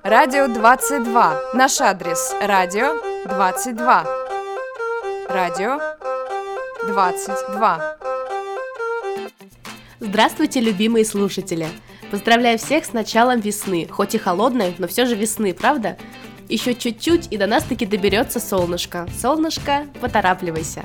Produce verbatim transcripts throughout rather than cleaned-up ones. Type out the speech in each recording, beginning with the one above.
Радио двадцать два. Наш адрес: радио двадцать два. Радио двадцать два. Здравствуйте, любимые слушатели! Поздравляю всех с началом весны, хоть и холодной, но все же весны, правда? Еще чуть-чуть, и до нас таки доберется солнышко. Солнышко, поторапливайся!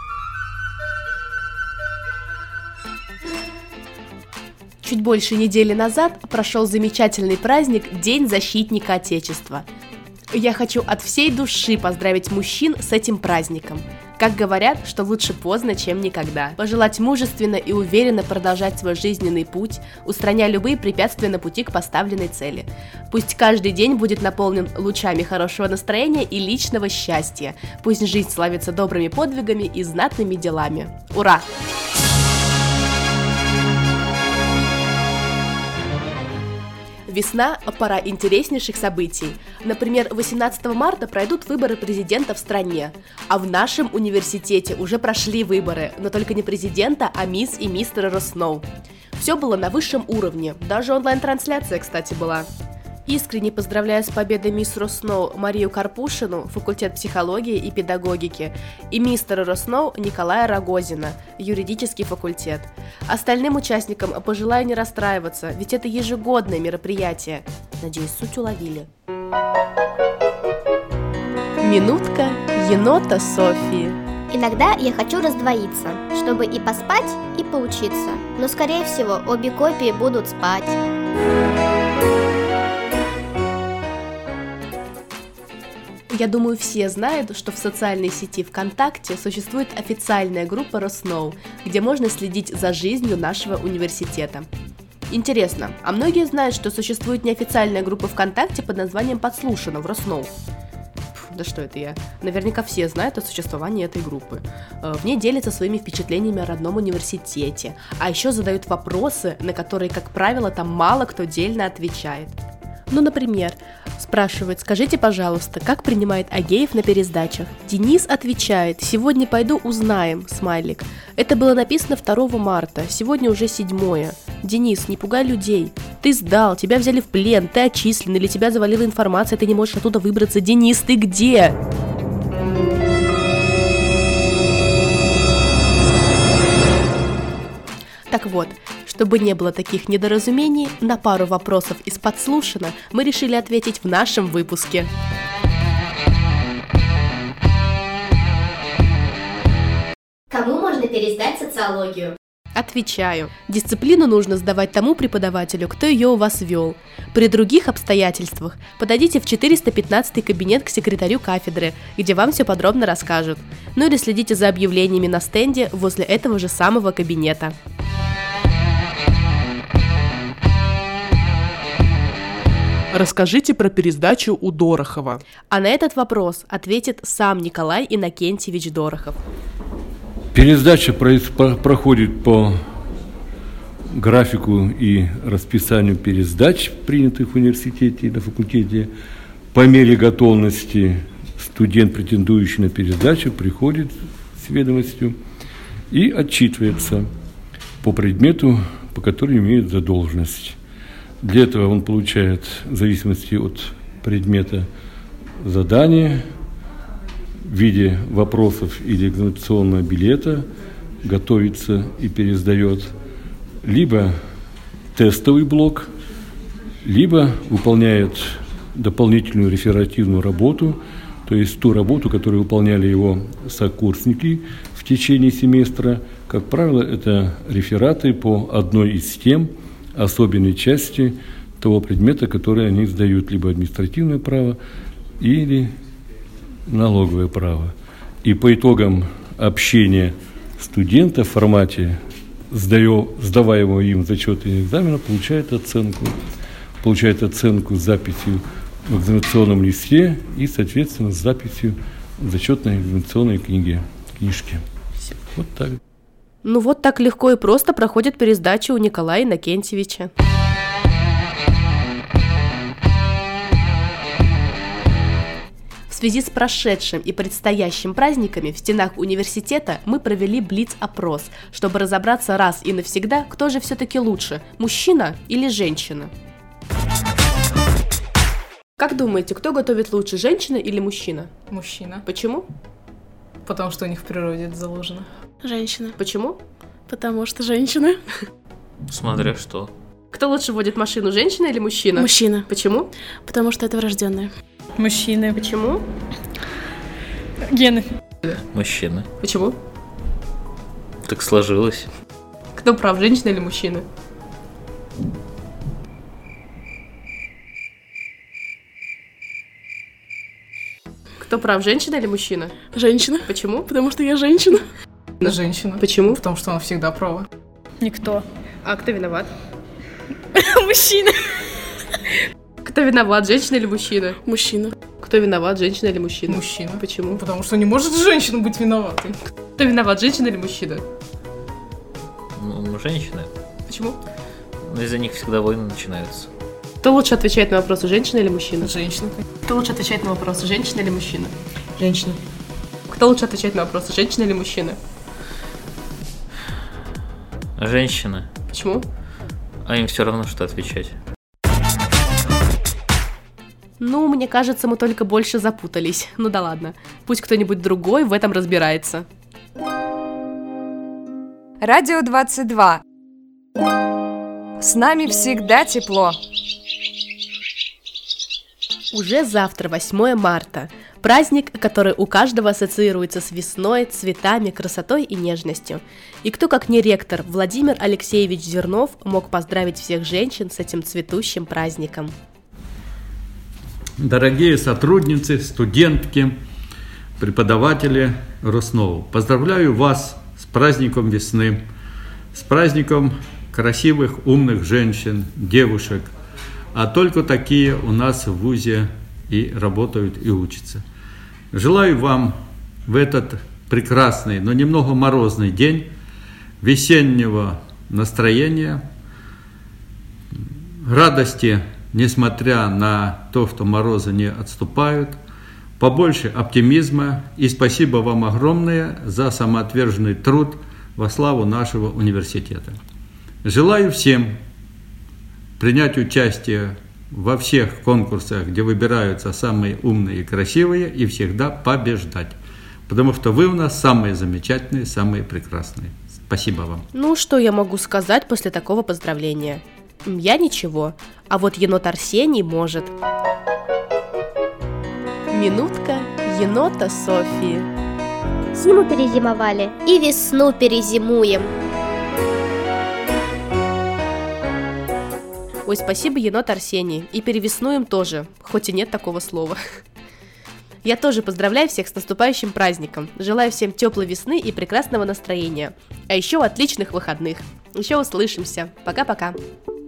Чуть больше недели назад прошел замечательный праздник День защитника Отечества. Я хочу от всей души поздравить мужчин с этим праздником. Как говорят, что лучше поздно, чем никогда. Пожелать мужественно и уверенно продолжать свой жизненный путь, устраняя любые препятствия на пути к поставленной цели. Пусть каждый день будет наполнен лучами хорошего настроения и личного счастья. Пусть жизнь славится добрыми подвигами и знатными делами. Ура! Весна – пора интереснейших событий. Например, восемнадцатого марта пройдут выборы президента в стране, а в нашем университете уже прошли выборы, но только не президента, а мисс и мистера Росноу. Все было на высшем уровне, даже онлайн-трансляция, кстати, была. Искренне поздравляю с победой мисс Росноу Марию Карпушину, факультет психологии и педагогики, и мистера Росноу Николая Рогозина, юридический факультет. Остальным участникам пожелаю не расстраиваться, ведь это ежегодное мероприятие. Надеюсь, суть уловили. Минутка енота Софии. Иногда я хочу раздвоиться, чтобы и поспать, и поучиться, но, скорее всего, обе копии будут спать. Я думаю, все знают, что в социальной сети ВКонтакте существует официальная группа Росноу, где можно следить за жизнью нашего университета. Интересно, а многие знают, что существует неофициальная группа ВКонтакте под названием «Подслушано» в Росноу? Фу, да что это я? Наверняка все знают о существовании этой группы. В ней делятся своими впечатлениями о родном университете, а еще задают вопросы, на которые, как правило, там мало кто дельно отвечает. Ну, например, спрашивают: скажите, пожалуйста, как принимает Агеев на пересдачах? Денис отвечает: сегодня пойду узнаем, смайлик. Это было написано второго марта, сегодня уже седьмое. Денис, не пугай людей. Ты сдал, тебя взяли в плен, ты отчислен, или тебя завалила информация, ты не можешь оттуда выбраться. Денис, ты где? Так вот, чтобы не было таких недоразумений, на пару вопросов из «Подслушано» мы решили ответить в нашем выпуске. Кому можно пересдать социологию? Отвечаю. Дисциплину нужно сдавать тому преподавателю, кто ее у вас вел. При других обстоятельствах подойдите в четыреста пятнадцатый кабинет к секретарю кафедры, где вам все подробно расскажут. Ну или следите за объявлениями на стенде возле этого же самого кабинета. Расскажите про пересдачу у Дорохова. А на этот вопрос ответит сам Николай Иннокентьевич Дорохов. Пересдача проходит по графику и расписанию пересдач, принятых в университете и на факультете. По мере готовности студент, претендующий на пересдачу, приходит с ведомостью и отчитывается по предмету, по которому имеет задолженность. Для этого он получает, в зависимости от предмета, задание в виде вопросов или экзаменационного билета, готовится и пересдает, либо тестовый блок, либо выполняет дополнительную реферативную работу, то есть ту работу, которую выполняли его сокурсники в течение семестра. Как правило, это рефераты по одной из тем, особенной части того предмета, который они сдают, либо административное право или налоговое право. И по итогам общения студента в формате сдаваемого им зачетного экзамена получает оценку. Получает оценку с записью в экзаменационном листе и, соответственно, с записью в зачетной экзаменационной книге, книжке. Вот так. Ну вот так легко и просто проходит пересдача у Николая Иннокентьевича. В связи с прошедшим и предстоящим праздниками в стенах университета мы провели блиц-опрос, чтобы разобраться раз и навсегда, кто же все-таки лучше, мужчина или женщина. Как думаете, кто готовит лучше, женщина или мужчина? Мужчина. Почему? Потому что у них в природе это заложено. Женщина. Почему? Потому что женщина. Смотря что. Кто лучше водит машину, женщина или мужчина? Мужчина. Почему? Потому что это врожденное. Мужчины. Почему? Гены. Мужчина. Почему? Так сложилось. Кто прав, женщина или мужчина? Кто прав, женщина или мужчина? Женщина. Почему? Потому что я женщина. Женщина. Почему? Потому что она всегда права. Никто. А кто виноват? Мужчина. Кто виноват, женщина или мужчина? Мужчина. Кто виноват, женщина или мужчина? Мужчина. Почему? Потому что не может женщина быть виноватой. Кто виноват, женщина или мужчина? Ну, женщины. Почему? Но из-за них всегда войны начинаются. Кто лучше отвечает на вопросы, женщина или мужчина? Женщина. Кто лучше отвечает на вопросы, женщина или мужчина? Женщина. Кто лучше отвечает на вопросы, женщина или мужчина? Женщины. Почему? А им все равно, что отвечать. Ну, мне кажется, мы только больше запутались. Ну да ладно. Пусть кто-нибудь другой в этом разбирается. Радио двадцать два. С нами всегда тепло. Уже завтра, восьмое марта. Праздник, который у каждого ассоциируется с весной, цветами, красотой и нежностью. И кто, как не ректор Владимир Алексеевич Зернов, мог поздравить всех женщин с этим цветущим праздником. Дорогие сотрудницы, студентки, преподаватели РосНОВ, поздравляю вас с праздником весны, с праздником красивых, умных женщин, девушек. А только такие у нас в вузе и работают, и учатся. Желаю вам в этот прекрасный, но немного морозный день весеннего настроения, радости, несмотря на то, что морозы не отступают, побольше оптимизма, и спасибо вам огромное за самоотверженный труд во славу нашего университета. Желаю всем принять участие во всех конкурсах, где выбираются самые умные и красивые, и всегда побеждать. Потому что вы у нас самые замечательные, самые прекрасные. Спасибо вам. Ну, что я могу сказать после такого поздравления? Я ничего, а вот енот Арсений может. Минутка енота Софии. Зиму перезимовали и весну перезимуем. Ой, спасибо, енот Арсений. И перевеснуем тоже, хоть и нет такого слова. Я тоже поздравляю всех с наступающим праздником. Желаю всем теплой весны и прекрасного настроения. А еще отличных выходных. Еще услышимся. Пока-пока.